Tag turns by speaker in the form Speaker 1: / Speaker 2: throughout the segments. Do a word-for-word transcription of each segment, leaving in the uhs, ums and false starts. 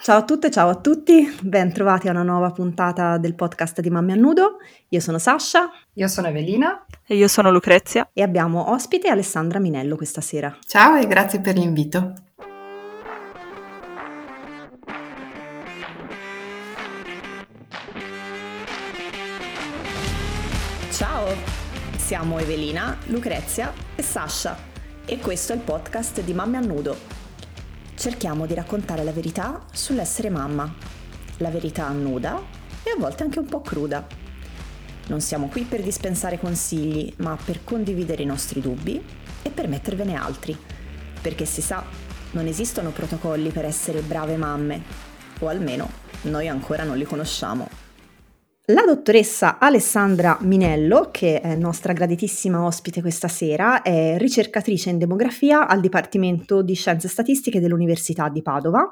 Speaker 1: Ciao a tutte, ciao a tutti, ben trovati a una nuova puntata del podcast di Mamme a Nudo. Io sono Sasha.
Speaker 2: Io sono Evelina.
Speaker 3: E io sono Lucrezia.
Speaker 1: E abbiamo ospite Alessandra Minello questa sera.
Speaker 2: Ciao e grazie per l'invito.
Speaker 1: Ciao, siamo Evelina, Lucrezia e Sasha e questo è il podcast di Mamme a Nudo. Cerchiamo di raccontare la verità sull'essere mamma, la verità nuda e a volte anche un po' cruda. Non siamo qui per dispensare consigli, ma per condividere i nostri dubbi e per mettervene altri, perché si sa, non esistono protocolli per essere brave mamme, o almeno noi ancora non li conosciamo. La dottoressa Alessandra Minello, che è nostra graditissima ospite questa sera, è ricercatrice in demografia al Dipartimento di Scienze Statistiche dell'Università di Padova.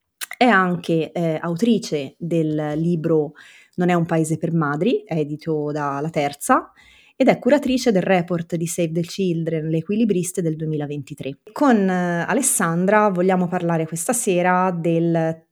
Speaker 1: È anche eh, autrice del libro Non è un paese per madri, edito da La Terza, ed è curatrice del report di Save the Children, le equilibriste del duemilaventitré. Con eh, Alessandra vogliamo parlare questa sera del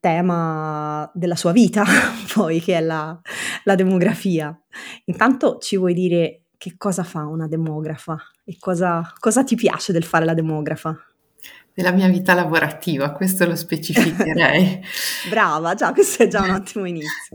Speaker 1: tema della sua vita, poi che è la, la demografia. Intanto ci vuoi dire che cosa fa una demografa e cosa, cosa ti piace del fare la demografa?
Speaker 2: Della mia vita lavorativa, questo lo specificherei.
Speaker 1: Brava, già, questo è già un ottimo inizio.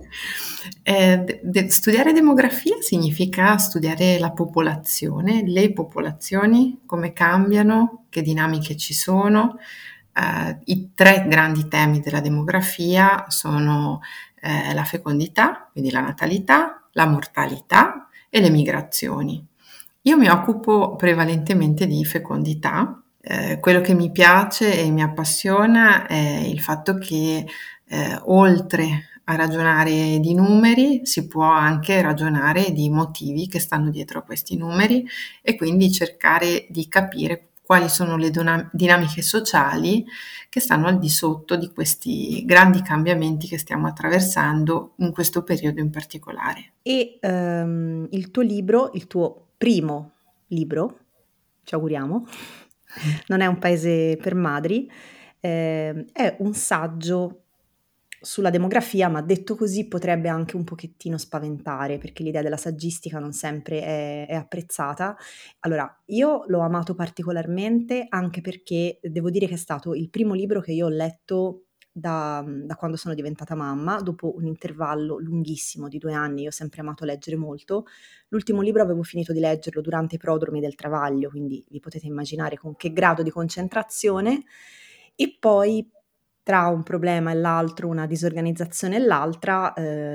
Speaker 2: Eh, de- de- studiare demografia significa studiare la popolazione, le popolazioni, come cambiano, che dinamiche ci sono. Eh, I tre grandi temi della demografia sono eh, la fecondità, quindi la natalità, la mortalità e le migrazioni. Io mi occupo prevalentemente di fecondità. Eh, quello che mi piace e mi appassiona è il fatto che eh, oltre a ragionare di numeri si può anche ragionare di motivi che stanno dietro a questi numeri e quindi cercare di capire quali sono le dona- dinamiche sociali che stanno al di sotto di questi grandi cambiamenti che stiamo attraversando in questo periodo in particolare.
Speaker 1: E ehm, il tuo libro, il tuo primo libro, ci auguriamo, Non è un paese per madri, eh, è un saggio sulla demografia, ma detto così potrebbe anche un pochettino spaventare, perché l'idea della saggistica non sempre è, è apprezzata. Allora, io l'ho amato particolarmente anche perché devo dire che è stato il primo libro che io ho letto da, da quando sono diventata mamma, dopo un intervallo lunghissimo di due anni. Io ho sempre amato leggere molto. L'ultimo libro avevo finito di leggerlo durante i prodromi del travaglio, quindi vi potete immaginare con che grado di concentrazione. E poi tra un problema e l'altro, una disorganizzazione e l'altra,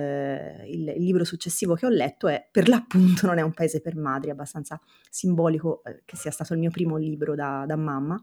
Speaker 1: eh, il, il libro successivo che ho letto è per l'appunto Non è un paese per madri, abbastanza simbolico eh, che sia stato il mio primo libro da, da mamma.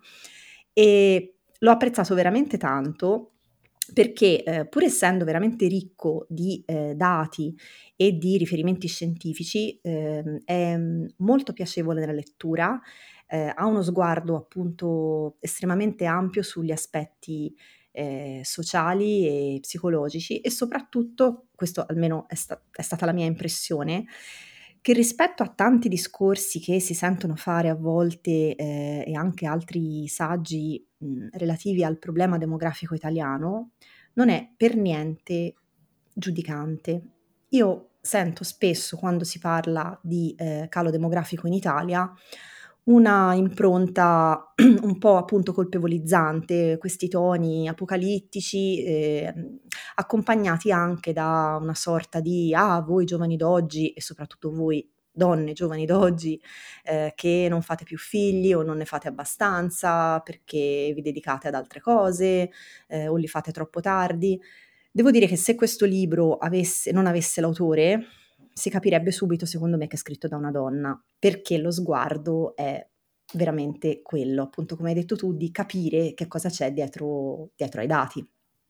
Speaker 1: E l'ho apprezzato veramente tanto perché eh, pur essendo veramente ricco di eh, dati e di riferimenti scientifici, ehm, è mm, molto piacevole nella lettura, eh, ha uno sguardo appunto estremamente ampio sugli aspetti eh, sociali e psicologici e soprattutto, questo almeno è, sta- è stata la mia impressione, che rispetto a tanti discorsi che si sentono fare a volte eh, e anche altri saggi mh, relativi al problema demografico italiano, non è per niente giudicante. Io sento spesso quando si parla di eh, calo demografico in Italia una impronta un po' appunto colpevolizzante, questi toni apocalittici, eh, accompagnati anche da una sorta di ah, voi giovani d'oggi e soprattutto voi donne giovani d'oggi eh, che non fate più figli o non ne fate abbastanza perché vi dedicate ad altre cose eh, o li fate troppo tardi. Devo dire che se questo libro avesse, non avesse l'autore, si capirebbe subito, secondo me, che è scritto da una donna, perché lo sguardo è veramente quello, appunto, come hai detto tu, di capire che cosa c'è dietro, dietro ai dati.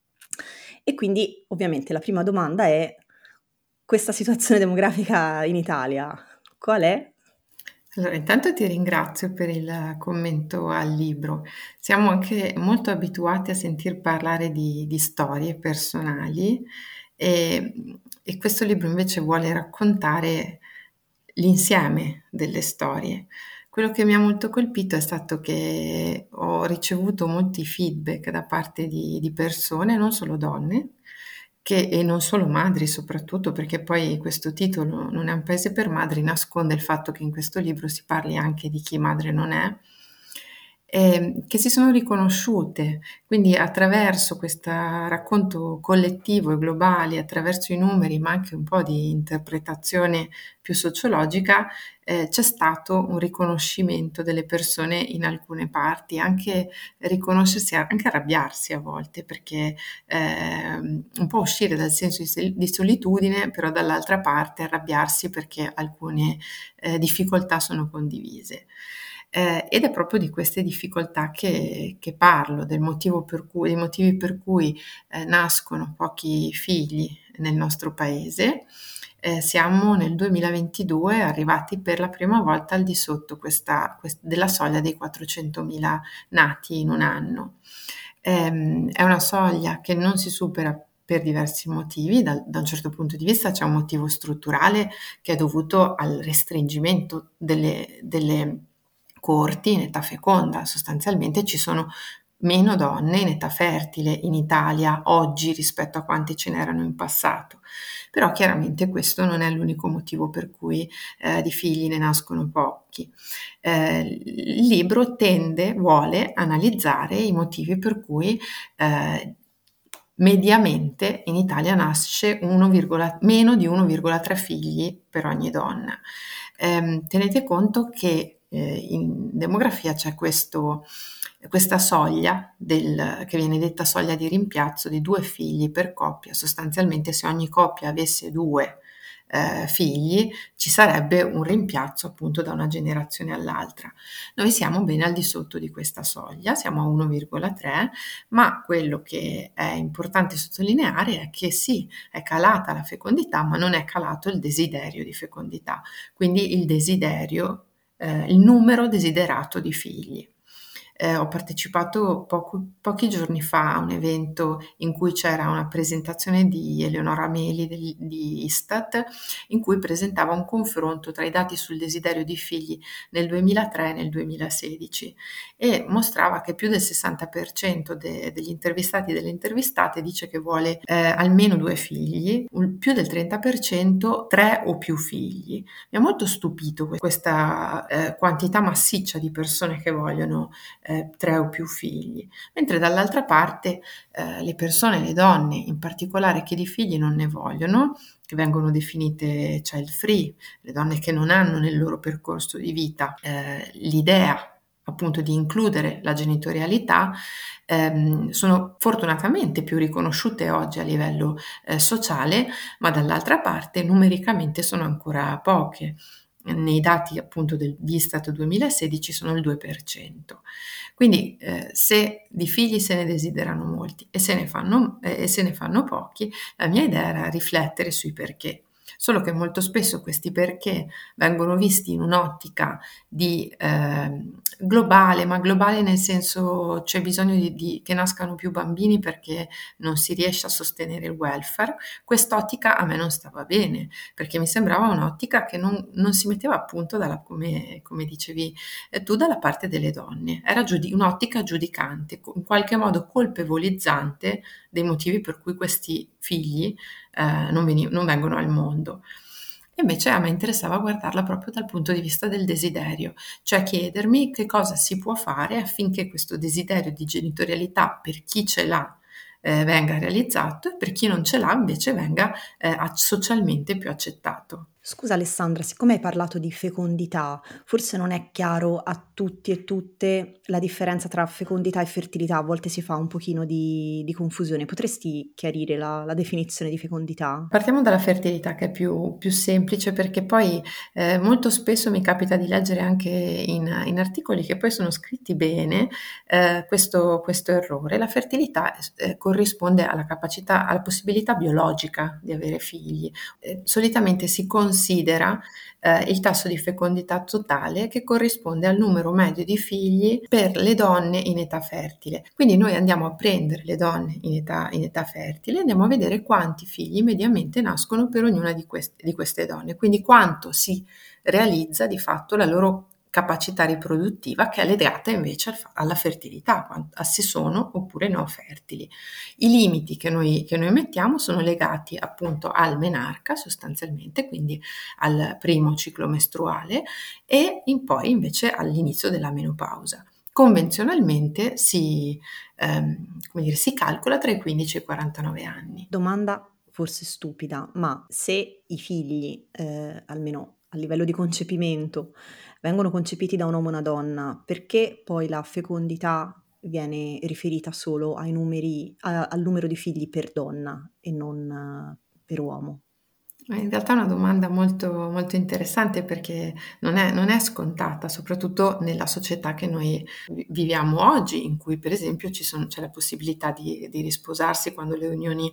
Speaker 1: E quindi, ovviamente, la prima domanda è: questa situazione demografica in Italia, qual è?
Speaker 2: Allora, intanto ti ringrazio per il commento al libro. Siamo anche molto abituati a sentir parlare di, di storie personali e, e questo libro invece vuole raccontare l'insieme delle storie. Quello che mi ha molto colpito è stato che ho ricevuto molti feedback da parte di, di persone, non solo donne, che, e non solo madri soprattutto, perché poi questo titolo Non è un paese per madri nasconde il fatto che in questo libro si parli anche di chi madre non è, ehm, che si sono riconosciute. Quindi attraverso questo racconto collettivo e globale, attraverso i numeri, ma anche un po' di interpretazione più sociologica, eh, c'è stato un riconoscimento delle persone in alcune parti, anche riconoscersi, anche arrabbiarsi a volte, perché ehm, un po' uscire dal senso di, sol- di solitudine, però dall'altra parte arrabbiarsi perché alcune eh, difficoltà sono condivise. Eh, ed è proprio di queste difficoltà che, che parlo, del motivo per cui, dei motivi per cui eh, nascono pochi figli nel nostro paese. Eh, siamo nel duemilaventidue arrivati per la prima volta al di sotto questa, quest- della soglia dei quattrocentomila nati in un anno. Ehm, è una soglia che non si supera per diversi motivi. Da, da un certo punto di vista c'è un motivo strutturale che è dovuto al restringimento delle, delle corti in età feconda. Sostanzialmente ci sono meno donne in età fertile in Italia oggi rispetto a quante ce n'erano in passato. Però chiaramente questo non è l'unico motivo per cui eh, di figli ne nascono pochi. Eh, il libro tende, vuole analizzare i motivi per cui eh, mediamente in Italia nasce uno, meno di uno virgola tre figli per ogni donna. Eh, tenete conto che eh, in demografia c'è questo, questa soglia del, che viene detta soglia di rimpiazzo di due figli per coppia. Sostanzialmente se ogni coppia avesse due eh, figli ci sarebbe un rimpiazzo appunto da una generazione all'altra. Noi siamo ben al di sotto di questa soglia, siamo a uno virgola tre, ma quello che è importante sottolineare è che sì, è calata la fecondità, ma non è calato il desiderio di fecondità, quindi il desiderio, eh, il numero desiderato di figli. Eh, ho partecipato poco, pochi giorni fa a un evento in cui c'era una presentazione di Eleonora Meli del, di Istat, in cui presentava un confronto tra i dati sul desiderio di figli nel duemilatré e nel duemilasedici e mostrava che più del sessanta per cento de, degli intervistati e delle intervistate dice che vuole eh, almeno due figli, un, più del trenta per cento tre o più figli. Mi ha molto stupito questa eh, quantità massiccia di persone che vogliono eh, tre o più figli, mentre dall'altra parte eh, le persone, le donne in particolare che di figli non ne vogliono, che vengono definite child free, le donne che non hanno nel loro percorso di vita eh, l'idea appunto di includere la genitorialità, ehm, sono fortunatamente più riconosciute oggi a livello eh, sociale, ma dall'altra parte numericamente sono ancora poche. Nei dati appunto dell'Istat duemilasedici sono il due per cento. Quindi eh, se di figli se ne desiderano molti e se ne fanno, eh, e se ne fanno pochi, la mia idea era riflettere sui perché. Solo che molto spesso questi perché vengono visti in un'ottica di eh, globale, ma globale nel senso c'è bisogno di, di, che nascano più bambini perché non si riesce a sostenere il welfare. Quest'ottica a me non stava bene, perché mi sembrava un'ottica che non, non si metteva appunto, dalla, come, come dicevi eh, tu, dalla parte delle donne. Era giudi- un'ottica giudicante, in qualche modo colpevolizzante dei motivi per cui questi figli eh, non, veni- non vengono al mondo. Invece a me interessava guardarla proprio dal punto di vista del desiderio, cioè chiedermi che cosa si può fare affinché questo desiderio di genitorialità per chi ce l'ha eh, venga realizzato e per chi non ce l'ha invece venga eh, socialmente più accettato.
Speaker 1: Scusa Alessandra, siccome hai parlato di fecondità, forse non è chiaro a tutti e tutte la differenza tra fecondità e fertilità, a volte si fa un pochino di, di confusione. Potresti chiarire la, la definizione di fecondità?
Speaker 2: Partiamo dalla fertilità che è più, più semplice perché poi eh, molto spesso mi capita di leggere anche in, in articoli che poi sono scritti bene eh, questo, questo errore. La fertilità eh, corrisponde alla capacità, alla possibilità biologica di avere figli. Eh, solitamente si considera eh, il tasso di fecondità totale che corrisponde al numero medio di figli per le donne in età fertile. Quindi noi andiamo a prendere le donne in età, in età fertile e andiamo a vedere quanti figli mediamente nascono per ognuna di queste, di queste donne, quindi quanto si realizza di fatto la loro capacità riproduttiva che è legata invece al fa- alla fertilità, quan- a se sono oppure no fertili. I limiti che noi, che noi mettiamo sono legati appunto al menarca sostanzialmente, quindi al primo ciclo mestruale e in poi invece all'inizio della menopausa. Convenzionalmente si, ehm, come dire, si calcola tra i quindici e i quarantanove anni.
Speaker 1: Domanda forse stupida, ma se i figli, ehm, almeno a livello di concepimento, vengono concepiti da un uomo e una donna, perché poi la fecondità viene riferita solo ai numeri a al numero di figli per donna e non eh, per uomo?
Speaker 2: Ma in realtà è una domanda molto, molto interessante perché non è, non è scontata, soprattutto nella società che noi vi- viviamo oggi, in cui per esempio ci sono- c'è la possibilità di, di risposarsi quando le unioni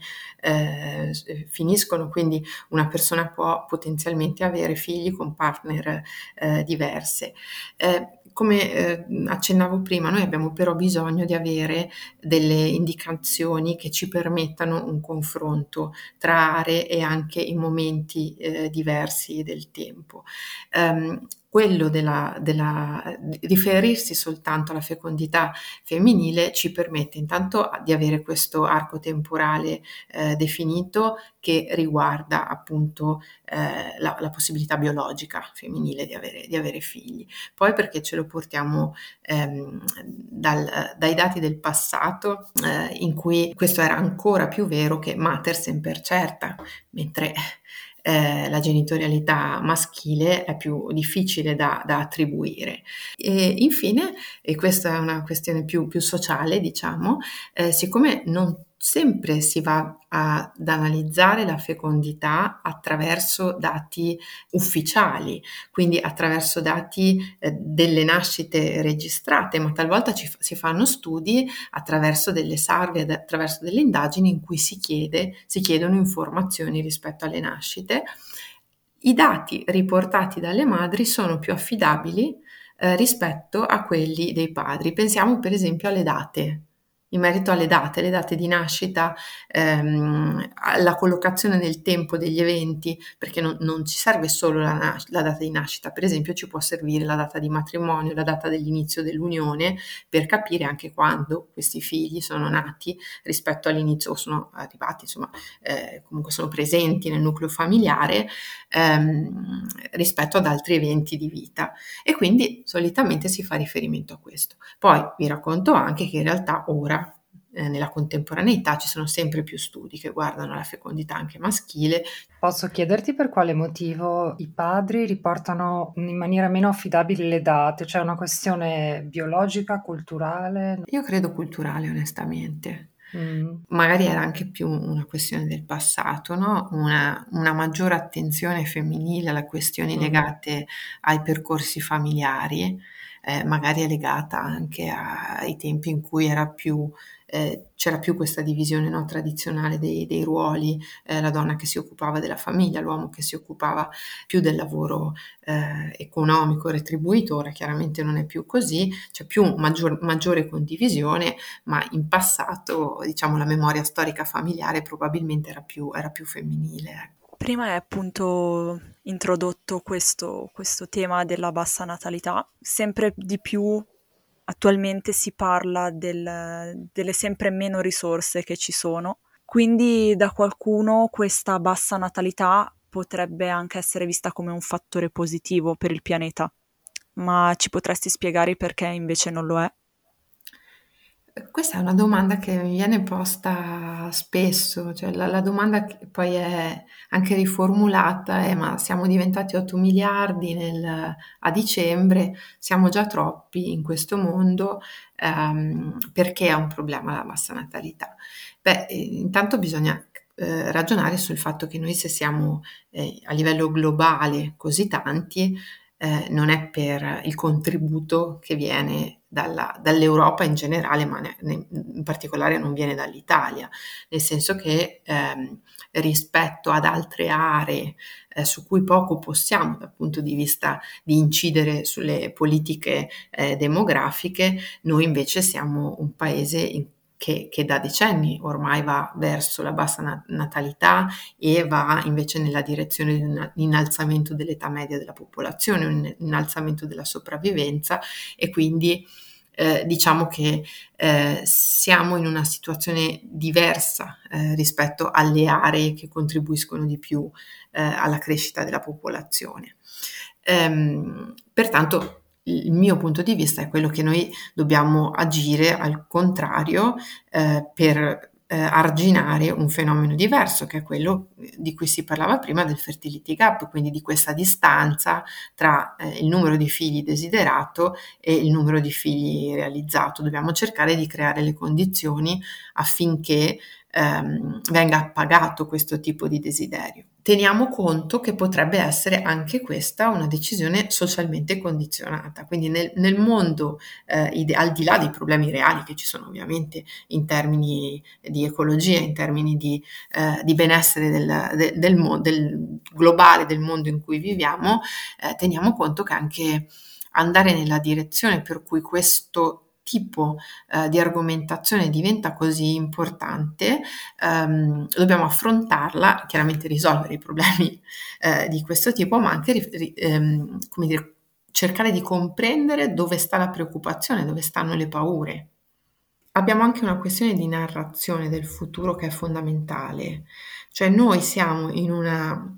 Speaker 2: eh, s- eh, finiscono, quindi una persona può potenzialmente avere figli con partner eh, diverse. Eh, come eh, accennavo prima, noi abbiamo però bisogno di avere delle indicazioni che ci permettano un confronto tra aree e anche in momenti eh, diversi del tempo. Um, quello della, della, di riferirsi soltanto alla fecondità femminile ci permette intanto di avere questo arco temporale eh, definito che riguarda appunto eh, la, la possibilità biologica femminile di avere, di avere figli. Poi perché ce lo portiamo ehm, dal, dai dati del passato eh, in cui questo era ancora più vero che mater semper certa, mentre eh, la genitorialità maschile è più difficile da, da attribuire. E infine, e questa è una questione più, più sociale, diciamo, eh, siccome non sempre si va a- ad analizzare la fecondità attraverso dati ufficiali, quindi attraverso dati eh, delle nascite registrate, ma talvolta ci, si fanno studi attraverso delle salve, attraverso delle indagini in cui si chiede, si chiedono informazioni rispetto alle nascite. I dati riportati dalle madri sono più affidabili eh, rispetto a quelli dei padri. Pensiamo per esempio alle date. In merito alle date, le date di nascita, ehm, alla collocazione nel tempo degli eventi, perché non, non ci serve solo la, nas- la data di nascita, per esempio ci può servire la data di matrimonio, la data dell'inizio dell'unione, per capire anche quando questi figli sono nati rispetto all'inizio o sono arrivati, insomma, eh, comunque sono presenti nel nucleo familiare ehm, rispetto ad altri eventi di vita. E quindi solitamente si fa riferimento a questo. Poi vi racconto anche che in realtà ora, eh, nella contemporaneità, ci sono sempre più studi che guardano la fecondità anche maschile.
Speaker 3: Posso chiederti per quale motivo i padri riportano in maniera meno affidabile le date? C'è una questione biologica, culturale?
Speaker 2: Io credo culturale, onestamente.
Speaker 3: Mm.
Speaker 2: Magari era anche più una questione del passato, no? Una, una maggiore attenzione femminile alle questioni
Speaker 3: Mm.
Speaker 2: legate ai percorsi familiari, eh, magari è legata anche a- ai tempi in cui era più, eh, c'era più questa divisione, no, tradizionale dei, dei ruoli, eh, la donna che si occupava della famiglia, l'uomo che si occupava più del lavoro eh, economico, retribuitore. Chiaramente non è più così, c'è più maggior- maggiore condivisione, ma in passato, diciamo, la memoria storica familiare probabilmente era più, era più femminile. Ecco.
Speaker 4: Prima hai appunto introdotto questo, questo tema della bassa natalità. Sempre di più attualmente si parla del- delle sempre meno risorse che ci sono. Quindi da qualcuno questa bassa natalità potrebbe anche essere vista come un fattore positivo per il pianeta. Ma ci potresti spiegare perché invece non lo è?
Speaker 2: Questa è una domanda che mi viene posta spesso, cioè la, la domanda che poi è anche riformulata è: ma siamo diventati otto miliardi nel- a dicembre, siamo già troppi in questo mondo, ehm, perché è un problema la bassa natalità? Beh, eh, intanto bisogna eh, ragionare sul fatto che noi, se siamo eh, a livello globale così tanti, eh, non è per il contributo che viene dalla- dall'Europa in generale, ma ne- ne- in particolare non viene dall'Italia, nel senso che ehm, rispetto ad altre aree eh, su cui poco possiamo dal punto di vista di incidere sulle politiche eh, demografiche, noi invece siamo un paese in- che, che da decenni ormai va verso la bassa na- natalità e va invece nella direzione di un innalzamento dell'età media della popolazione, un innalzamento della sopravvivenza, e quindi eh, diciamo che eh, siamo in una situazione diversa eh, rispetto alle aree che contribuiscono di più eh, alla crescita della popolazione. Ehm, pertanto il mio punto di vista è quello che noi dobbiamo agire al contrario eh, per eh, arginare un fenomeno diverso, che è quello di cui si parlava prima, del fertility gap, quindi di questa distanza tra eh, il numero di figli desiderato e il numero di figli realizzato. Dobbiamo cercare di creare le condizioni affinché ehm, venga appagato questo tipo di desiderio. Teniamo conto che potrebbe essere anche questa una decisione socialmente condizionata, quindi nel, nel mondo, eh, ide- al di là dei problemi reali che ci sono ovviamente in termini di ecologia, in termini di, eh, di benessere del, del, del, mo- del globale, del mondo in cui viviamo, eh, teniamo conto che anche andare nella direzione per cui questo tipo eh, di argomentazione diventa così importante, ehm, dobbiamo affrontarla, chiaramente risolvere i problemi eh, di questo tipo, ma anche ri- ri- ehm, come dire, cercare di comprendere dove sta la preoccupazione, dove stanno le paure. Abbiamo anche una questione di narrazione del futuro che è fondamentale, cioè noi siamo in una,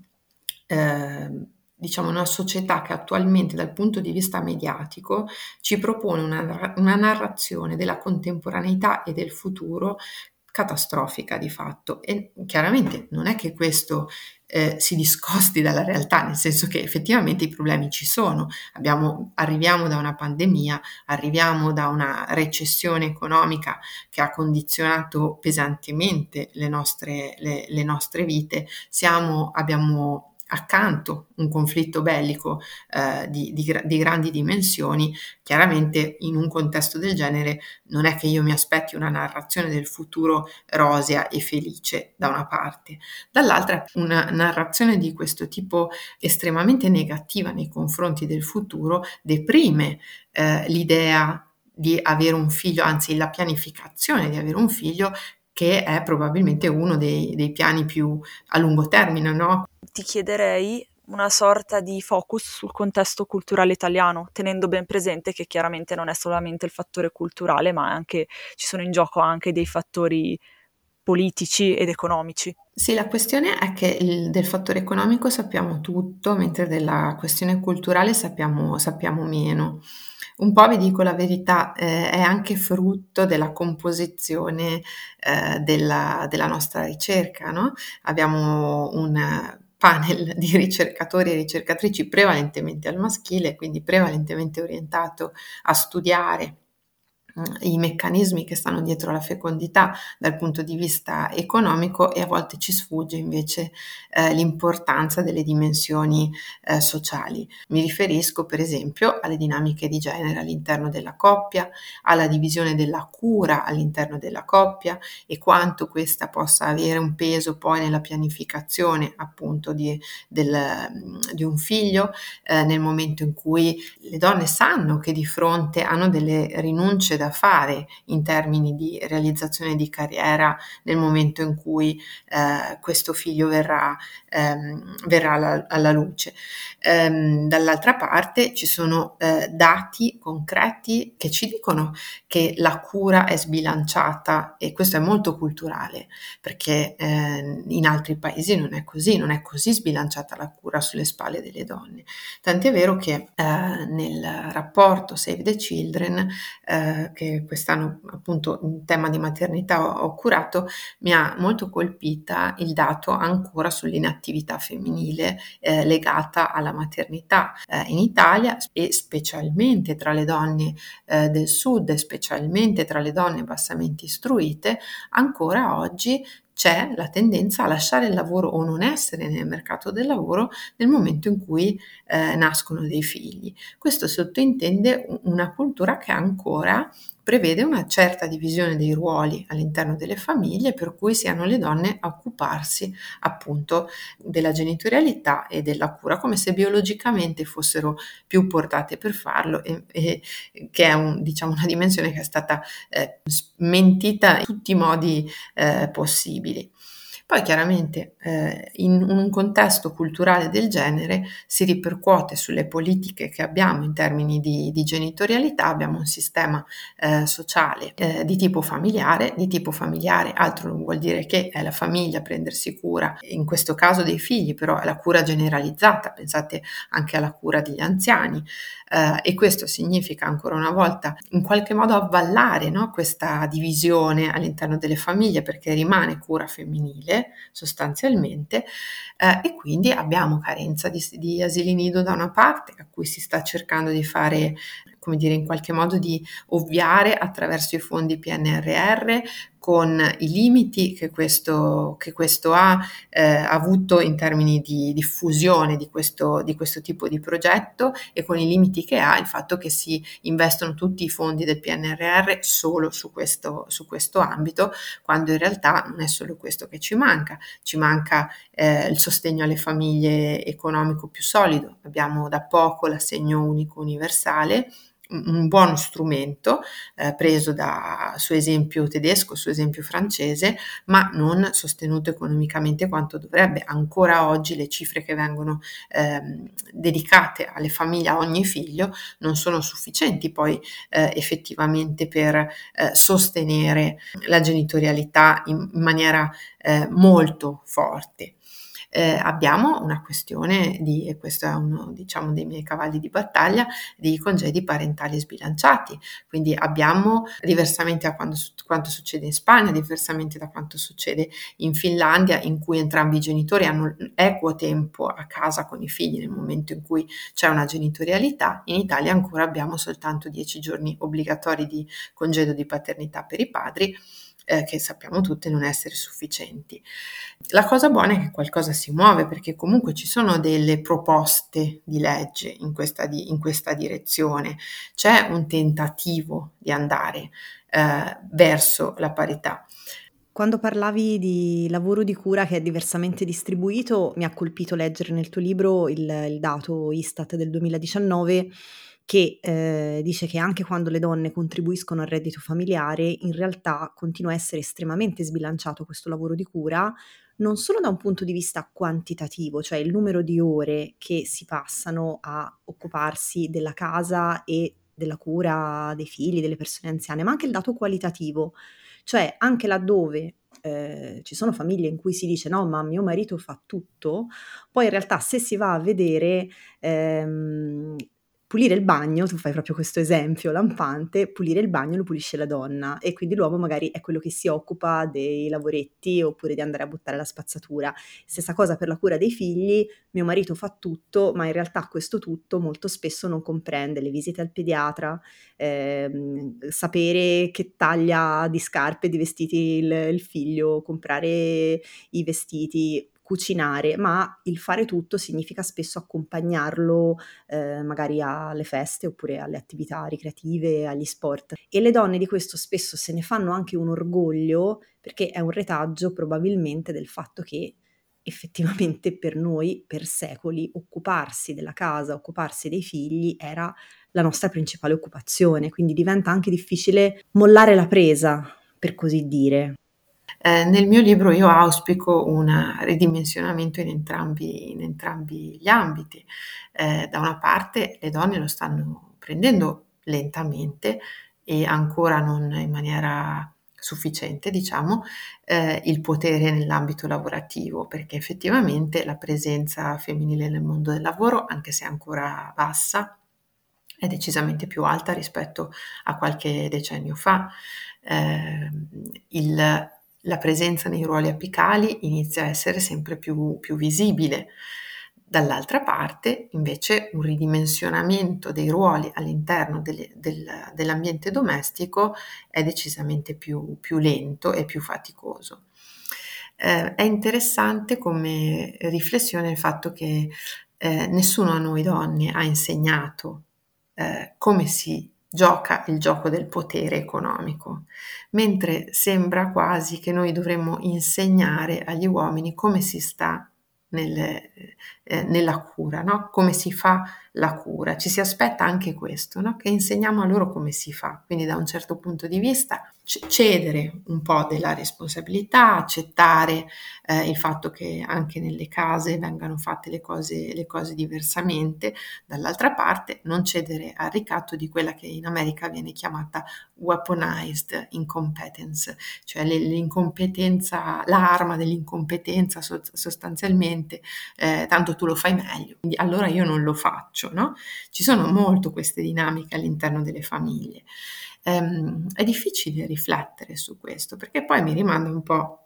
Speaker 2: eh, diciamo, una società che attualmente dal punto di vista mediatico ci propone una, una narrazione della contemporaneità e del futuro catastrofica di fatto, e chiaramente non è che questo eh, si discosti dalla realtà, nel senso che effettivamente i problemi ci sono. Abbiamo, arriviamo da una pandemia, arriviamo da una recessione economica che ha condizionato pesantemente le nostre, le, le nostre vite. Siamo, abbiamo accanto un conflitto bellico eh, di, di, di grandi dimensioni. Chiaramente in un contesto del genere non è che io mi aspetti una narrazione del futuro rosea e felice da una parte, dall'altra una narrazione di questo tipo estremamente negativa nei confronti del futuro deprime eh, l'idea di avere un figlio, anzi la pianificazione di avere un figlio, che è probabilmente uno dei, dei piani più a lungo termine, no?
Speaker 4: Ti chiederei una sorta di focus sul contesto culturale italiano, tenendo ben presente che chiaramente non è solamente il fattore culturale, ma anche, ci sono in gioco anche dei fattori politici ed economici.
Speaker 2: Sì, la questione è che il, del fattore economico sappiamo tutto, mentre della questione culturale sappiamo, sappiamo meno. Un po', vi dico la verità, eh, è anche frutto della composizione eh, della, della nostra ricerca, no? Abbiamo un panel di ricercatori e ricercatrici prevalentemente al maschile, quindi prevalentemente orientato a studiare i meccanismi che stanno dietro la fecondità dal punto di vista economico, e a volte ci sfugge invece eh, l'importanza delle dimensioni eh, sociali. Mi riferisco per esempio alle dinamiche di genere all'interno della coppia, alla divisione della cura all'interno della coppia e quanto questa possa avere un peso poi nella pianificazione appunto di, del, di un figlio eh, nel momento in cui le donne sanno che di fronte hanno delle rinunce da fare in termini di realizzazione di carriera nel momento in cui eh, questo figlio verrà, ehm, verrà alla, alla luce. Ehm, dall'altra parte ci sono eh, dati concreti che ci dicono che la cura è sbilanciata, e questo è molto culturale, perché eh, in altri paesi non è così, non è così sbilanciata la cura sulle spalle delle donne. Tant'è vero che eh, nel rapporto Save the Children eh, che quest'anno appunto in tema di maternità ho, ho curato, mi ha molto colpita il dato ancora sull'inattività femminile eh, legata alla maternità eh, in Italia, e specialmente tra le donne eh, del sud, e specialmente tra le donne bassamente istruite. Ancora oggi c'è la tendenza a lasciare il lavoro o non essere nel mercato del lavoro nel momento in cui eh, nascono dei figli. Questo sottintende una cultura che ancora prevede una certa divisione dei ruoli all'interno delle famiglie, per cui siano le donne a occuparsi appunto della genitorialità e della cura, come se biologicamente fossero più portate per farlo, e, e che è un, diciamo, una dimensione che è stata eh, smentita in tutti i modi eh, possibili. Poi chiaramente eh, in un contesto culturale del genere si ripercuote sulle politiche che abbiamo in termini di, di genitorialità. Abbiamo un sistema eh, sociale eh, di tipo familiare, di tipo familiare altro non vuol dire che è la famiglia a prendersi cura, in questo caso dei figli, però è la cura generalizzata, pensate anche alla cura degli anziani. Uh, e questo significa ancora una volta in qualche modo avvallare, no, questa divisione all'interno delle famiglie, perché rimane cura femminile sostanzialmente, uh, e quindi abbiamo carenza di, di asili nido da una parte, a cui si sta cercando di fare, come dire, in qualche modo di ovviare attraverso i fondi P N R R, con i limiti che questo, che questo ha eh, avuto in termini di diffusione di questo, di questo tipo di progetto, e con i limiti che ha il fatto che si investono tutti i fondi del P N R R solo su questo, su questo ambito, quando in realtà non è solo questo che ci manca, ci manca eh, il sostegno alle famiglie economico più solido. Abbiamo da poco l'assegno unico universale, un buono strumento eh, preso da suo esempio tedesco, suo esempio francese, ma non sostenuto economicamente quanto dovrebbe. Ancora oggi le cifre che vengono eh, dedicate alle famiglie, a ogni figlio, non sono sufficienti poi eh, effettivamente per eh, sostenere la genitorialità in, in maniera eh, molto forte. Eh, abbiamo una questione di, e questo è uno, diciamo, dei miei cavalli di battaglia, di congedi parentali sbilanciati. Quindi abbiamo, diversamente da quando, quanto succede in Spagna, diversamente da quanto succede in Finlandia, in cui entrambi i genitori hanno equo tempo a casa con i figli nel momento in cui c'è una genitorialità, in Italia ancora abbiamo soltanto dieci giorni obbligatori di congedo di paternità per i padri, Eh, che sappiamo tutte non essere sufficienti. La cosa buona è che qualcosa si muove, perché comunque ci sono delle proposte di legge in questa, di, in questa direzione, c'è un tentativo di andare eh, verso la parità.
Speaker 1: Quando parlavi di lavoro di cura che è diversamente distribuito, mi ha colpito leggere nel tuo libro il, il dato Istat del duemiladiciannove, che eh, dice che anche quando le donne contribuiscono al reddito familiare, in realtà continua a essere estremamente sbilanciato questo lavoro di cura, non solo da un punto di vista quantitativo, cioè il numero di ore che si passano a occuparsi della casa e della cura dei figli, delle persone anziane, ma anche il dato qualitativo, cioè anche laddove eh, ci sono famiglie in cui si dice no, ma mio marito fa tutto, poi in realtà se si va a vedere ehm, pulire il bagno, tu fai proprio questo esempio lampante, pulire il bagno lo pulisce la donna, e quindi l'uomo magari è quello che si occupa dei lavoretti oppure di andare a buttare la spazzatura. Stessa cosa per la cura dei figli, mio marito fa tutto, ma in realtà questo tutto molto spesso non comprende le visite al pediatra, ehm, sapere che taglia di scarpe e di vestiti il, il figlio, comprare i vestiti, cucinare, ma il fare tutto significa spesso accompagnarlo eh, magari alle feste oppure alle attività ricreative, agli sport. E le donne di questo spesso se ne fanno anche un orgoglio, perché è un retaggio probabilmente del fatto che effettivamente per noi, per secoli, occuparsi della casa, occuparsi dei figli era la nostra principale occupazione, quindi diventa anche difficile mollare la presa, per così dire.
Speaker 2: Eh, nel mio libro io auspico un ridimensionamento in entrambi, in entrambi gli ambiti. Eh, da una parte le donne lo stanno prendendo lentamente e ancora non in maniera sufficiente, diciamo, eh, il potere nell'ambito lavorativo, perché effettivamente la presenza femminile nel mondo del lavoro, anche se ancora bassa, è decisamente più alta rispetto a qualche decennio fa. Eh, il, la presenza nei ruoli apicali inizia a essere sempre più, più visibile. Dall'altra parte, invece, un ridimensionamento dei ruoli all'interno delle, del, dell'ambiente domestico è decisamente più, più lento e più faticoso. Eh, è interessante come riflessione il fatto che eh, nessuno a noi donne ha insegnato eh, come si gioca il gioco del potere economico, mentre sembra quasi che noi dovremmo insegnare agli uomini come si sta nelle, eh, nella cura, no? Come si fa la cura. Ci si aspetta anche questo, no? Che insegniamo a loro come si fa. Quindi da un certo punto di vista c- cedere un po' della responsabilità, accettare eh, il fatto che anche nelle case vengano fatte le cose, le cose diversamente. Dall'altra parte non cedere al ricatto di quella che in America viene chiamata weaponized incompetence, cioè l'incompetenza, l'arma dell'incompetenza sostanzialmente, eh, tanto tu lo fai meglio, quindi allora io non lo faccio, no? Ci sono molto queste dinamiche all'interno delle famiglie. Ehm, è difficile riflettere su questo, perché poi mi rimanda un po'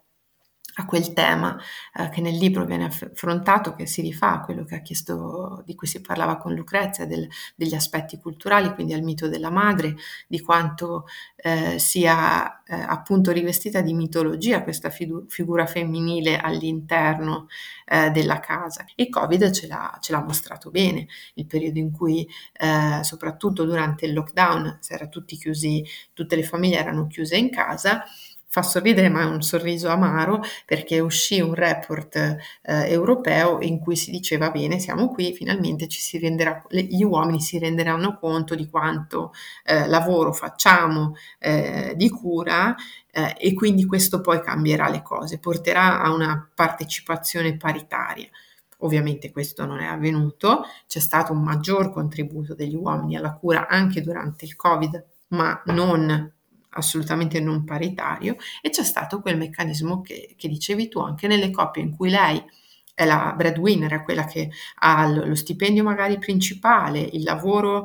Speaker 2: a quel tema eh, che nel libro viene affrontato, che si rifà a quello che ha chiesto, di cui si parlava con Lucrezia, del, degli aspetti culturali, quindi al mito della madre, di quanto eh, sia eh, appunto rivestita di mitologia questa figu- figura femminile all'interno eh, della casa. Il Covid ce l'ha, ce l'ha mostrato bene, il periodo in cui eh, soprattutto durante il lockdown si era tutti chiusi, tutte le famiglie erano chiuse in casa. Fa sorridere, ma è un sorriso amaro, perché uscì un report eh, europeo in cui si diceva: bene, siamo qui, finalmente ci si renderà, gli uomini si renderanno conto di quanto eh, lavoro facciamo eh, di cura, eh, e quindi questo poi cambierà le cose, porterà a una partecipazione paritaria. Ovviamente questo non è avvenuto, c'è stato un maggior contributo degli uomini alla cura anche durante il Covid, ma non assolutamente non paritario, e c'è stato quel meccanismo che, che dicevi tu, anche nelle coppie in cui lei è la breadwinner, è quella che ha lo stipendio magari principale, il lavoro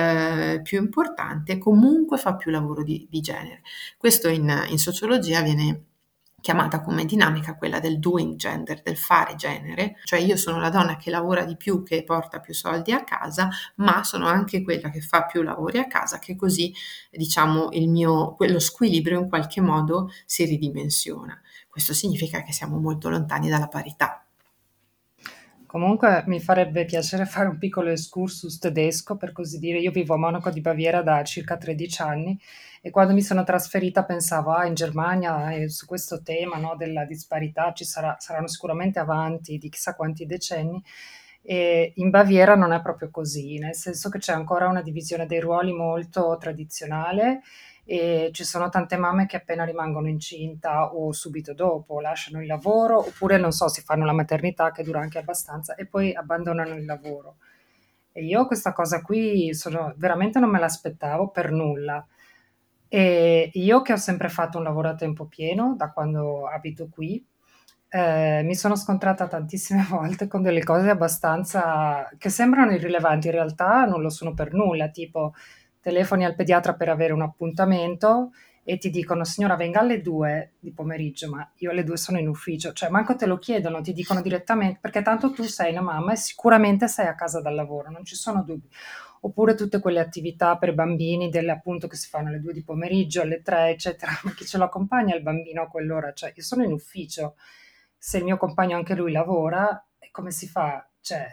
Speaker 2: eh, più importante, comunque fa più lavoro di, di genere. Questo in, in sociologia viene chiamata come dinamica quella del doing gender, del fare genere, cioè io sono la donna che lavora di più, che porta più soldi a casa, ma sono anche quella che fa più lavori a casa, che così, diciamo, il mio, quello squilibrio in qualche modo si ridimensiona. Questo significa che siamo molto lontani dalla parità.
Speaker 3: Comunque mi farebbe piacere fare un piccolo excursus tedesco, per così dire. Io vivo a Monaco di Baviera da circa tredici anni e quando mi sono trasferita pensavo, ah, in Germania eh, su questo tema, no, della disparità ci sarà, saranno sicuramente avanti di chissà quanti decenni. E in Baviera non è proprio così, nel senso che c'è ancora una divisione dei ruoli molto tradizionale e ci sono tante mamme che appena rimangono incinta o subito dopo lasciano il lavoro oppure non so, si fanno la maternità che dura anche abbastanza e poi abbandonano il lavoro. E io questa cosa qui sono, veramente non me l'aspettavo per nulla. E io che ho sempre fatto un lavoro a tempo pieno da quando abito qui, eh, mi sono scontrata tantissime volte con delle cose abbastanza che sembrano irrilevanti, in realtà non lo sono per nulla, tipo telefoni al pediatra per avere un appuntamento e ti dicono signora venga alle due di pomeriggio, ma io alle due sono in ufficio, cioè manco te lo chiedono, ti dicono direttamente perché tanto tu sei la mamma e sicuramente sei a casa dal lavoro, non ci sono dubbi. Oppure tutte quelle attività per bambini, delle appunto che si fanno alle due di pomeriggio, alle tre, eccetera, ma chi ce lo accompagna il bambino a quell'ora? Cioè io sono in ufficio, se il mio compagno anche lui lavora, come si fa? Cioè,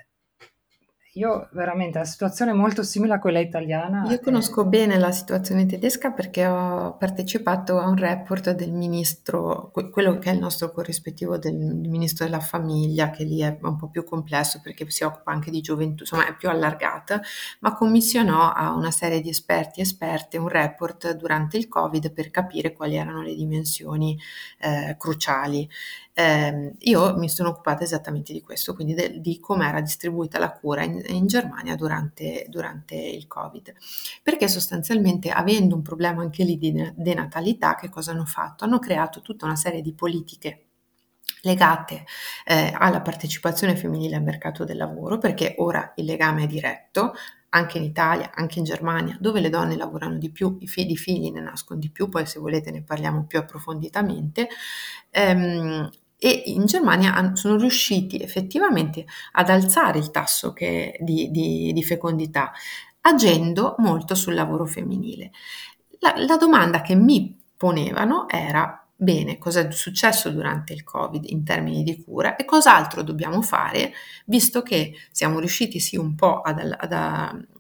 Speaker 3: io veramente la situazione è molto simile a quella italiana.
Speaker 2: Io conosco
Speaker 3: e-
Speaker 2: bene la situazione tedesca perché ho partecipato a un report del ministro, que- quello che è il nostro corrispettivo del ministro della famiglia, che lì è un po' più complesso perché si occupa anche di gioventù, insomma è più allargata, ma commissionò a una serie di esperti e esperte un report durante il Covid per capire quali erano le dimensioni eh, cruciali. Eh, io mi sono occupata esattamente di questo, quindi de- di come era distribuita la cura in, in Germania durante, durante il Covid, perché sostanzialmente avendo un problema anche lì di denatalità, che cosa hanno fatto? Hanno creato tutta una serie di politiche legate eh, alla partecipazione femminile al mercato del lavoro, perché ora il legame è diretto, anche in Italia, anche in Germania, dove le donne lavorano di più, i figli, i figli ne nascono di più, poi se volete ne parliamo più approfonditamente. Ehm, e in Germania sono riusciti effettivamente ad alzare il tasso che, di, di, di fecondità, agendo molto sul lavoro femminile. La, la domanda che mi ponevano era: bene, cosa è successo durante il Covid in termini di cura e cos'altro dobbiamo fare, visto che siamo riusciti sì un po' ad, ad,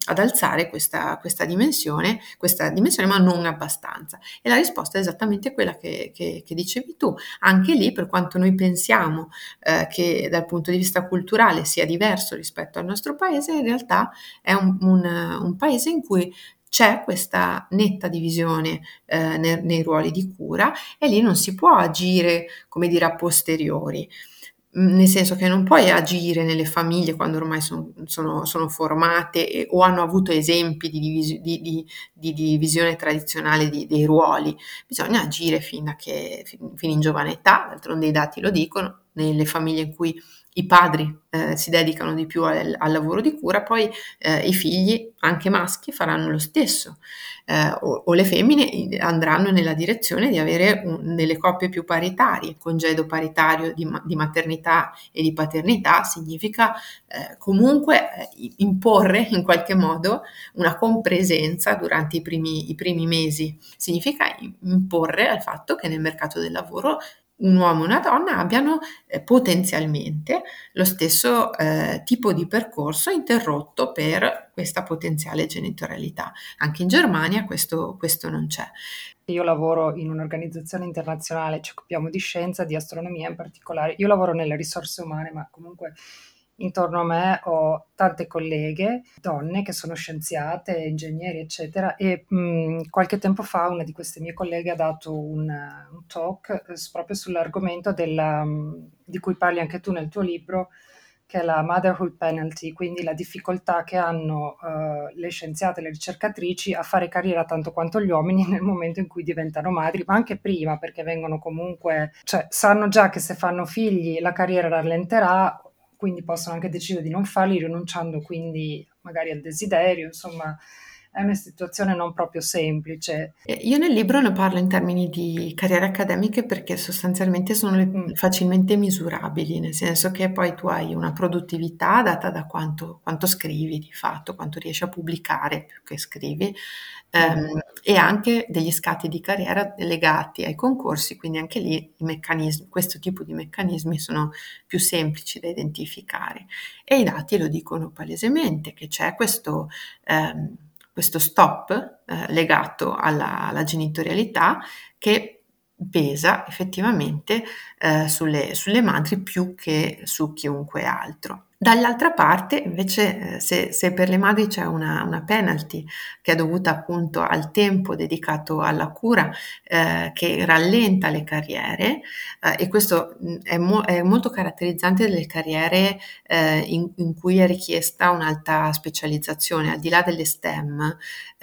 Speaker 2: ad alzare questa, questa dimensione, questa dimensione, ma non abbastanza. E la risposta è esattamente quella che, che, che dicevi tu. Anche lì, per quanto noi pensiamo eh, che dal punto di vista culturale sia diverso rispetto al nostro paese, in realtà è un, un, un paese in cui c'è questa netta divisione eh, nei, nei ruoli di cura, e lì non si può agire, come dire, a posteriori, nel senso che non puoi agire nelle famiglie quando ormai son, sono, sono formate e, o hanno avuto esempi di, divisi, di, di, di divisione tradizionale di, dei ruoli. Bisogna agire fin, da che, fin, fin in giovane età, d'altronde i dati lo dicono, nelle famiglie in cui i padri eh, si dedicano di più al, al lavoro di cura, poi eh, i figli, anche maschi, faranno lo stesso, eh, o, o le femmine andranno nella direzione di avere un, delle coppie più paritarie. Congedo paritario di, di maternità e di paternità significa eh, comunque eh, imporre in qualche modo una compresenza durante i primi, i primi mesi, significa imporre al fatto che nel mercato del lavoro un uomo e una donna abbiano eh, potenzialmente lo stesso eh, tipo di percorso interrotto per questa potenziale genitorialità. Anche in Germania questo, questo non c'è.
Speaker 3: Io lavoro in un'organizzazione internazionale, ci occupiamo di scienza, di astronomia in particolare. Io lavoro nelle risorse umane, ma comunque intorno a me ho tante colleghe, donne che sono scienziate, ingegneri, eccetera, e mh, qualche tempo fa una di queste mie colleghe ha dato un, un talk eh, proprio sull'argomento della, mh, di cui parli anche tu nel tuo libro, che è la motherhood penalty, quindi la difficoltà che hanno uh, le scienziate, le ricercatrici a fare carriera tanto quanto gli uomini nel momento in cui diventano madri, ma anche prima, perché vengono comunque, cioè sanno già che se fanno figli la carriera rallenterà, quindi possono anche decidere di non farli, rinunciando quindi magari al desiderio, insomma è una situazione non proprio semplice.
Speaker 2: Io nel libro ne parlo in termini di carriere accademiche perché sostanzialmente sono le,
Speaker 3: Mm.
Speaker 2: facilmente misurabili, nel senso che poi tu hai una produttività data da quanto, quanto scrivi di fatto, quanto riesci a pubblicare più che scrivi, ehm,
Speaker 3: Mm.
Speaker 2: e anche degli scatti di carriera legati ai concorsi, quindi anche lì i meccanismi, questo tipo di meccanismi sono più semplici da identificare. E i dati lo dicono palesemente, che c'è questo... ehm, questo stop eh, legato alla, alla genitorialità che pesa effettivamente eh, sulle, sulle madri più che su chiunque altro. Dall'altra parte, invece, eh, se, se per le madri c'è una, una penalty che è dovuta appunto al tempo dedicato alla cura, eh, che rallenta le carriere, eh, e questo mh, è, mo- è molto caratterizzante delle carriere eh, in, in cui è richiesta un'alta specializzazione, al di là delle STEM.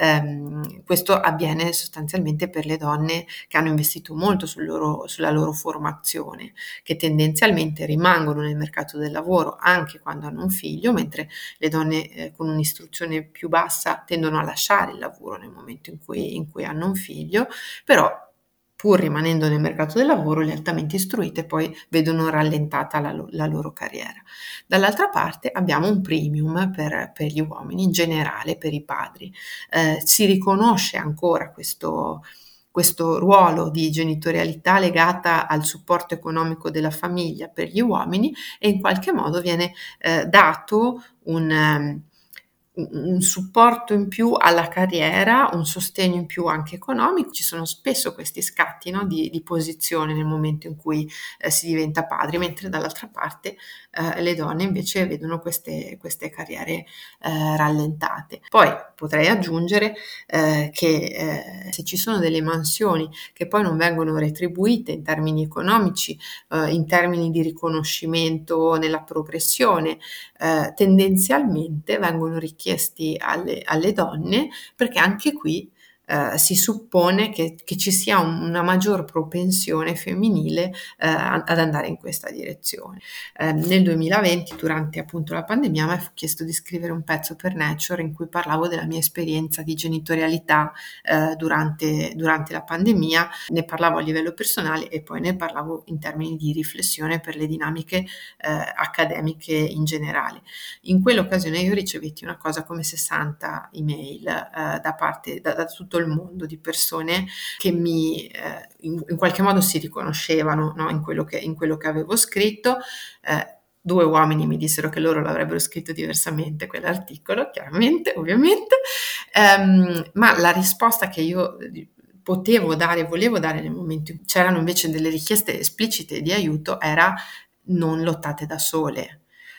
Speaker 2: Ehm, questo avviene sostanzialmente per le donne che hanno investito molto sul loro, sulla loro formazione, che tendenzialmente rimangono nel mercato del lavoro anche quando hanno un figlio, mentre le donne eh, con un'istruzione più bassa tendono a lasciare il lavoro nel momento in cui, in cui hanno un figlio, però pur rimanendo nel mercato del lavoro, le altamente istruite poi vedono rallentata la, la loro carriera. Dall'altra parte abbiamo un premium per, per gli uomini, in generale per i padri. Eh, si riconosce ancora questo, questo ruolo di genitorialità legata al supporto economico della famiglia per gli uomini, e in qualche modo viene eh, dato un... Um, un supporto in più alla carriera, un sostegno in più anche economico. Ci sono spesso questi scatti, no, di, di posizione nel momento in cui eh, si diventa padri, mentre dall'altra parte eh, le donne invece vedono queste, queste carriere eh, rallentate. Poi potrei aggiungere eh, che eh, se ci sono delle mansioni che poi non vengono retribuite in termini economici, eh, in termini di riconoscimento nella progressione, eh, tendenzialmente vengono richiesti alle, alle donne, perché anche qui eh, si suppone che, che ci sia un, una maggior propensione femminile eh, ad andare in questa direzione. Eh, nel duemilaventi, durante appunto la pandemia, mi fu chiesto di scrivere un pezzo per Nature in cui parlavo della mia esperienza di genitorialità eh, durante, durante la pandemia. Ne parlavo a livello personale e poi ne parlavo in termini di riflessione per le dinamiche eh, accademiche in generale. In quell'occasione io ricevetti una cosa come sessanta email eh, da parte da, da tutto il mondo, di persone che mi eh, in, in qualche modo si riconoscevano, no, in quello che in quello che avevo scritto, eh, due uomini mi dissero che loro l'avrebbero scritto diversamente quell'articolo, chiaramente, ovviamente, ehm, ma la risposta che io potevo dare, volevo dare nel momento in cui c'erano invece delle richieste esplicite di aiuto era: non lottate da sole.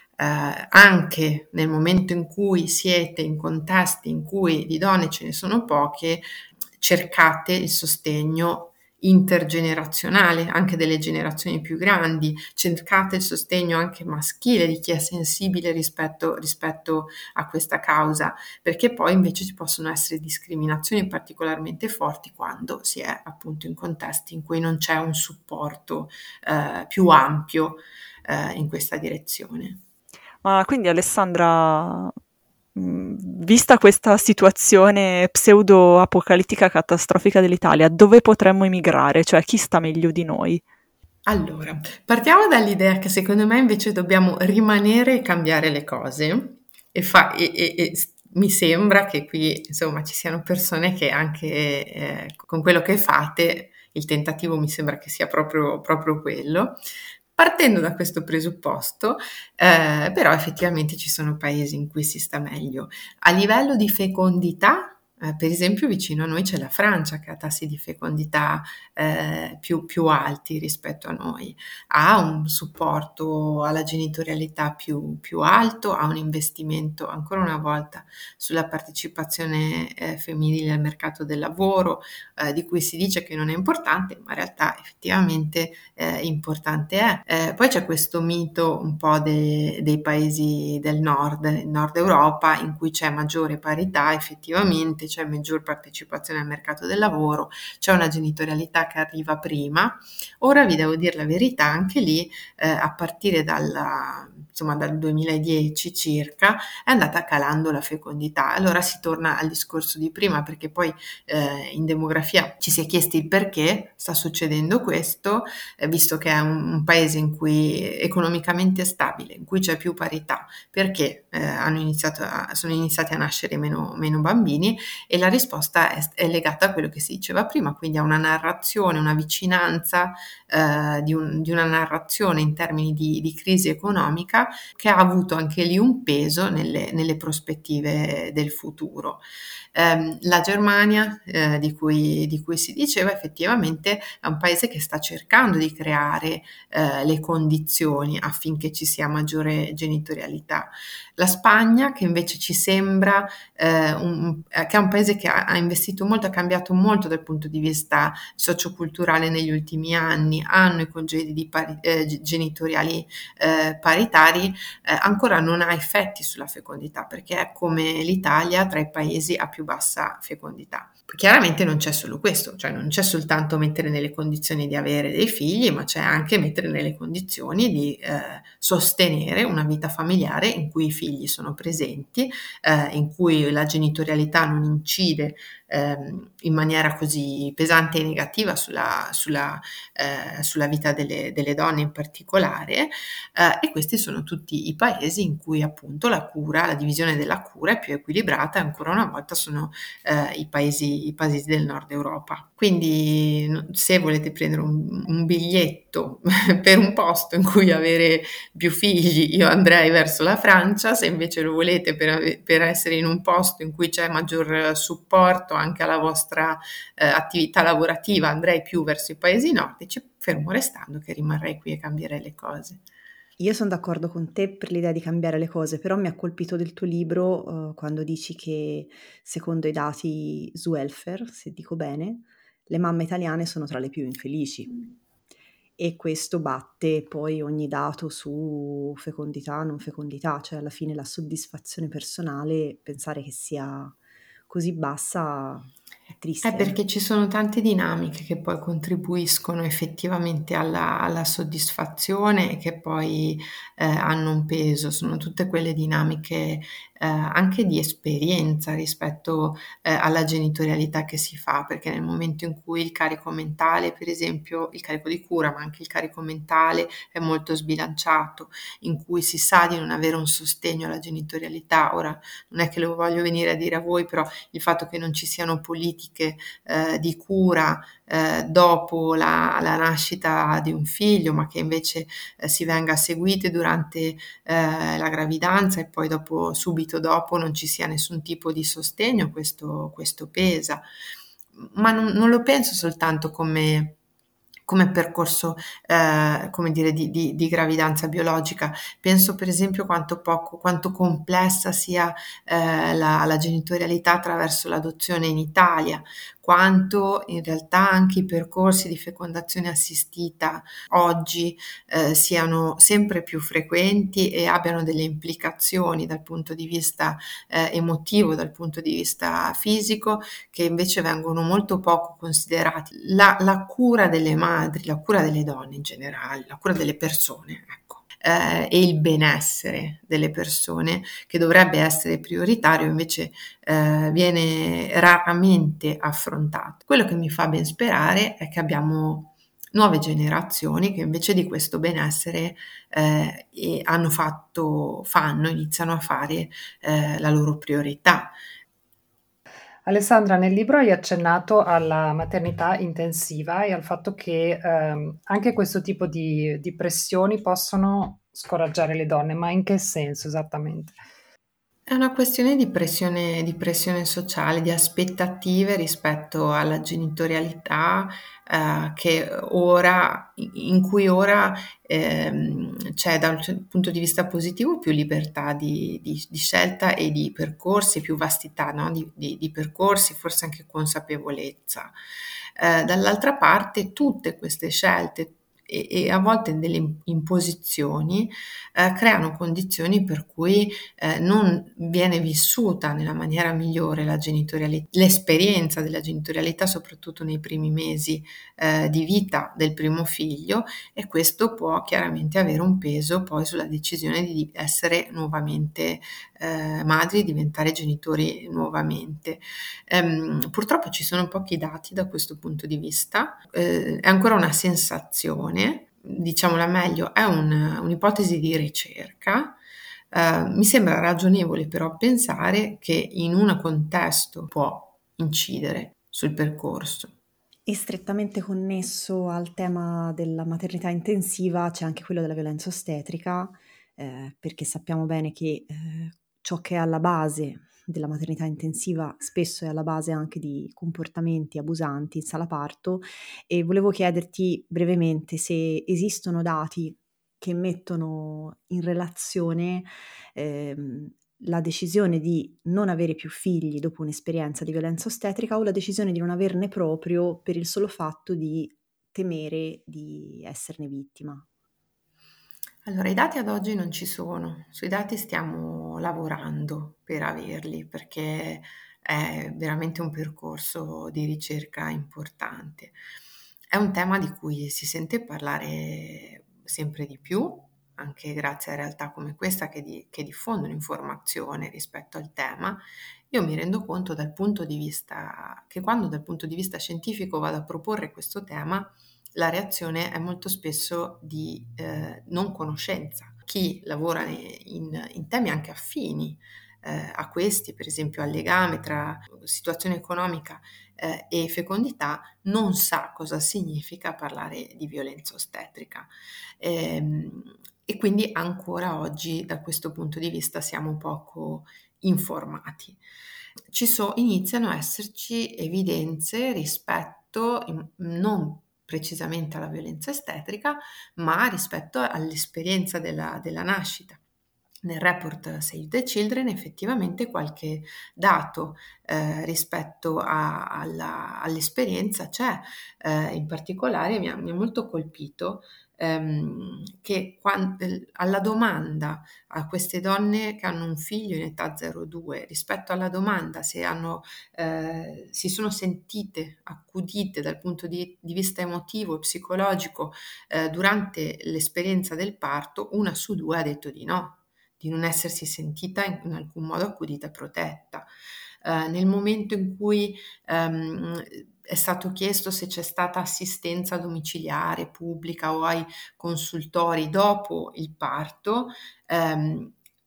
Speaker 2: Eh, anche nel momento in cui siete in contesti in cui di donne ce ne sono poche, cercate il sostegno intergenerazionale, anche delle generazioni più grandi, cercate il sostegno anche maschile di chi è sensibile rispetto, rispetto a questa causa, perché poi invece ci possono essere discriminazioni particolarmente forti quando si è appunto in contesti in cui non c'è un supporto eh, più ampio eh, in questa direzione.
Speaker 4: Ma quindi Alessandra, mh, vista questa situazione pseudo-apocalittica catastrofica dell'Italia, dove potremmo emigrare? Cioè, chi sta meglio di noi?
Speaker 2: Allora, partiamo dall'idea che secondo me invece dobbiamo rimanere e cambiare le cose e, fa, e, e, e mi sembra che qui insomma ci siano persone che anche eh, con quello che fate, il tentativo mi sembra che sia proprio, proprio quello. Partendo da questo presupposto, eh, però effettivamente ci sono paesi in cui si sta meglio. A livello di fecondità, eh, per esempio vicino a noi c'è la Francia che ha tassi di fecondità eh, più, più alti rispetto a noi, ha un supporto alla genitorialità più, più alto, ha un investimento ancora una volta sulla partecipazione eh, femminile al mercato del lavoro, eh, di cui si dice che non è importante, ma in realtà effettivamente eh, importante è. Eh, poi c'è questo mito un po' de, dei paesi del nord, nord Europa, in cui c'è maggiore parità, effettivamente c'è maggior partecipazione al mercato del lavoro, c'è una genitorialità che arriva prima. Ora vi devo dire la verità, anche lì eh, a partire dalla, insomma, dal duemiladieci circa è andata calando la fecondità. Allora si torna al discorso di prima, perché poi eh, in demografia ci si è chiesti il perché sta succedendo questo, eh, visto che è un, un paese in cui economicamente stabile, in cui c'è più parità, perché eh, hanno iniziato a, sono iniziati a nascere meno, meno bambini, e la risposta è, è legata a quello che si diceva prima, quindi a una narrazione, una vicinanza eh, di, un, di una narrazione in termini di, di crisi economica che ha avuto anche lì un peso nelle, nelle prospettive del futuro. Eh, la Germania, eh, di, cui, di cui si diceva, effettivamente è un paese che sta cercando di creare eh, le condizioni affinché ci sia maggiore genitorialità. La Spagna, che invece ci sembra eh, un, che è un paese che ha, ha investito molto, ha cambiato molto dal punto di vista socioculturale negli ultimi anni, hanno i congedi di pari, eh, genitoriali eh, paritari, eh, ancora non ha effetti sulla fecondità, perché è come l'Italia tra i paesi a più bassa fecondità. Chiaramente non c'è solo questo, cioè non c'è soltanto mettere nelle condizioni di avere dei figli, ma c'è anche mettere nelle condizioni di eh, sostenere una vita familiare in cui i figli sono presenti, eh, in cui la genitorialità non incide ehm, in maniera così pesante e negativa sulla, sulla, eh, sulla vita delle, delle donne in particolare, eh, e questi sono tutti i paesi in cui appunto la cura, la divisione della cura è più equilibrata, e ancora una volta sono eh, i paesi, i paesi del nord Europa. Quindi se volete prendere un, un biglietto per un posto in cui avere più figli, io andrei verso la Francia. Se invece lo volete per, per essere in un posto in cui c'è maggior supporto anche alla vostra eh, attività lavorativa, andrei più verso i paesi nordici, fermo restando che rimarrei qui e cambierei le cose.
Speaker 1: Io sono d'accordo con te per l'idea di cambiare le cose, però mi ha colpito del tuo libro uh, quando dici che secondo i dati Swelfer, se dico bene, le mamme italiane sono tra le più infelici. E questo batte poi ogni dato su fecondità, non fecondità, cioè alla fine la soddisfazione personale, pensare che sia così bassa è triste.
Speaker 2: È perché ci sono tante dinamiche che poi contribuiscono effettivamente alla, alla soddisfazione e che poi eh, hanno un peso, sono tutte quelle dinamiche eh, anche di esperienza rispetto eh, alla genitorialità che si fa, perché nel momento in cui il carico mentale, per esempio, il carico di cura, ma anche il carico mentale è molto sbilanciato, in cui si sa di non avere un sostegno alla genitorialità, ora non è che lo voglio venire a dire a voi, però il fatto che non ci siano politiche eh, di cura eh, dopo la, la nascita di un figlio, ma che invece eh, si venga seguite durante eh, la gravidanza e poi dopo, subito dopo, non ci sia nessun tipo di sostegno, questo, questo pesa. Ma non, non lo penso soltanto come come percorso, eh, come dire, di, di, di gravidanza biologica. Penso per esempio quanto poco, quanto complessa sia eh, la, la genitorialità attraverso l'adozione in Italia, quanto in realtà anche i percorsi di fecondazione assistita oggi eh, siano sempre più frequenti e abbiano delle implicazioni dal punto di vista eh, emotivo, dal punto di vista fisico, che invece vengono molto poco considerati. La, la cura delle madri, la cura delle donne in generale, la cura delle persone, ecco, eh, e il benessere delle persone, che dovrebbe essere prioritario, invece eh, viene raramente affrontato. Quello che mi fa ben sperare è che abbiamo nuove generazioni che invece di questo benessere eh, e hanno fatto, fanno, iniziano a fare eh, la loro priorità.
Speaker 3: Alessandra, nel libro hai accennato alla maternità intensiva e al fatto che ehm, anche questo tipo di, di pressioni possono scoraggiare le donne, ma in che senso esattamente?
Speaker 2: È una questione di pressione, di pressione sociale, di aspettative rispetto alla genitorialità eh, che ora, in cui ora ehm, c'è da un punto di vista positivo più libertà di, di- di scelta e di percorsi, più vastità, no? Di, di- di percorsi, forse anche consapevolezza. Eh, dall'altra parte tutte queste scelte e, e a volte delle imposizioni eh, creano condizioni per cui eh, non viene vissuta nella maniera migliore la genitorialità, l'esperienza della genitorialità, soprattutto nei primi mesi eh, di vita del primo figlio, e questo può chiaramente avere un peso poi sulla decisione di essere nuovamente eh, madri, diventare genitori nuovamente. Ehm, purtroppo ci sono pochi dati da questo punto di vista, eh, è ancora una sensazione, diciamola meglio, è un- un'ipotesi di ricerca. Eh, mi sembra ragionevole però pensare che in un contesto può incidere sul percorso.
Speaker 1: E strettamente connesso al tema della maternità intensiva c'è anche quello della violenza ostetrica, eh, perché sappiamo bene che eh, ciò che è alla base della maternità intensiva spesso è alla base anche di comportamenti abusanti in sala parto, e volevo chiederti brevemente se esistono dati che mettono in relazione ehm, la decisione di non avere più figli dopo un'esperienza di violenza ostetrica o la decisione di non averne proprio per il solo fatto di temere di esserne vittima.
Speaker 2: Allora, i dati ad oggi non ci sono, sui dati stiamo lavorando per averli perché è veramente un percorso di ricerca importante. È un tema di cui si sente parlare sempre di più, anche grazie a realtà come questa che, di- che diffondono informazione rispetto al tema. Io mi rendo conto dal punto di vista che quando dal punto di vista scientifico vado a proporre questo tema, la reazione è molto spesso di eh, non conoscenza. Chi lavora in, in temi anche affini eh, a questi, per esempio al legame tra situazione economica eh, e fecondità, non sa cosa significa parlare di violenza ostetrica. Ehm, e quindi ancora oggi da questo punto di vista siamo poco informati. Ci so, iniziano a esserci evidenze rispetto in- non precisamente alla violenza estetrica, ma rispetto all'esperienza della, della nascita. Nel report Save the Children effettivamente qualche dato eh, rispetto a- alla- all'esperienza c'è. Eh, in particolare mi ha, mi ha molto colpito ehm, che quan- eh, alla domanda a queste donne che hanno un figlio in età zero due, rispetto alla domanda se hanno, eh, si sono sentite accudite dal punto di, di vista emotivo e psicologico eh, durante l'esperienza del parto, una su due ha detto di no, di non essersi sentita in, in alcun modo accudita e protetta. Eh, nel momento in cui ehm, è stato chiesto se c'è stata assistenza domiciliare pubblica o ai consultori dopo il parto, ehm,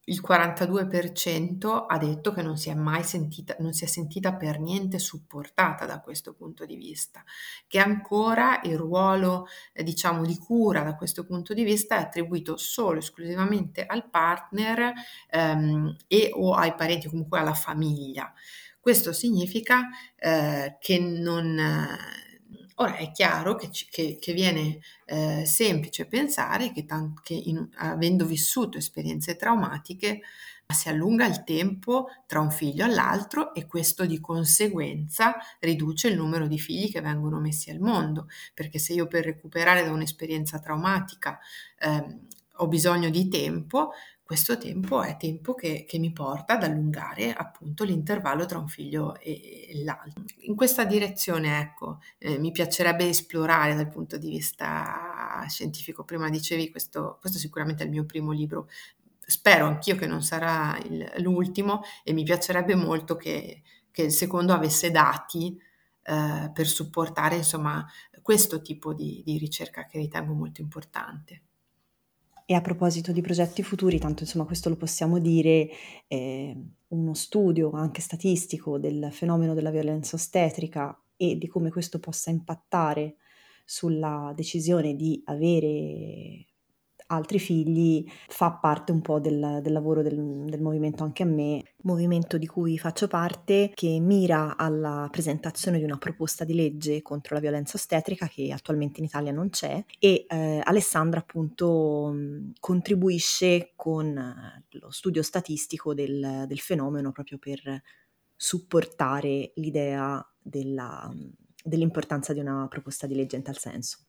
Speaker 2: il quarantadue per cento ha detto che non si è mai sentita, non si è sentita per niente supportata da questo punto di vista, che ancora il ruolo, eh, diciamo, di cura da questo punto di vista è attribuito solo esclusivamente al partner ehm, e o ai parenti, comunque alla famiglia. Questo significa eh, che non... eh, Ora è chiaro che, ci- che- che viene eh, semplice pensare che, tan- che in- avendo vissuto esperienze traumatiche si allunga il tempo tra un figlio all'altro e questo di conseguenza riduce il numero di figli che vengono messi al mondo, perché se io per recuperare da un'esperienza traumatica ehm, ho bisogno di tempo, questo tempo è tempo che, che mi porta ad allungare appunto l'intervallo tra un figlio e, e l'altro. In questa direzione, ecco, eh, mi piacerebbe esplorare dal punto di vista scientifico. Prima dicevi, questo, questo sicuramente è il mio primo libro. Spero anch'io che non sarà il- l'ultimo e mi piacerebbe molto che, che il secondo avesse dati eh, per supportare, insomma, questo tipo di, di ricerca che ritengo molto importante.
Speaker 1: E a proposito di progetti futuri, tanto insomma questo lo possiamo dire, eh, uno studio anche statistico del fenomeno della violenza ostetrica e di come questo possa impattare sulla decisione di avere altri figli fa parte un po' del, del lavoro del, del movimento Anche a me, movimento di cui faccio parte, che mira alla presentazione di una proposta di legge contro la violenza ostetrica che attualmente in Italia non c'è e eh, Alessandra appunto mh, contribuisce con eh, lo studio statistico del, del fenomeno proprio per supportare l'idea della, dell'importanza di una proposta di legge in tal senso.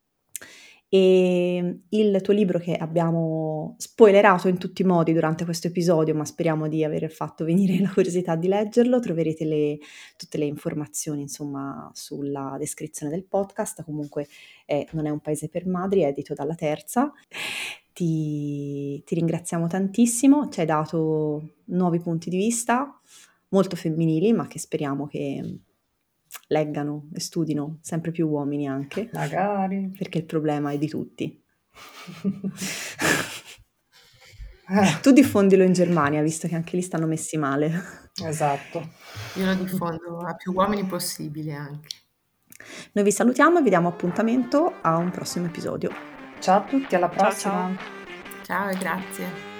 Speaker 1: E il tuo libro che abbiamo spoilerato in tutti i modi durante questo episodio, ma speriamo di aver fatto venire la curiosità di leggerlo, troverete le, tutte le informazioni insomma sulla descrizione del podcast. Comunque eh, Non è un paese per madri, è edito dalla Terza. Ti, ti ringraziamo tantissimo, ci hai dato nuovi punti di vista molto femminili, ma che speriamo che leggano e studino sempre più uomini anche,
Speaker 3: Magari.
Speaker 1: perché il problema è di tutti. Tu diffondilo in Germania, visto che anche lì stanno messi male.
Speaker 3: Esatto.
Speaker 2: Io lo diffondo a più uomini possibile anche.
Speaker 1: Noi vi salutiamo e vi diamo appuntamento a un prossimo episodio.
Speaker 3: Ciao a tutti, alla
Speaker 4: Ciao,
Speaker 3: prossima.
Speaker 4: ciao.
Speaker 2: Ciao e grazie.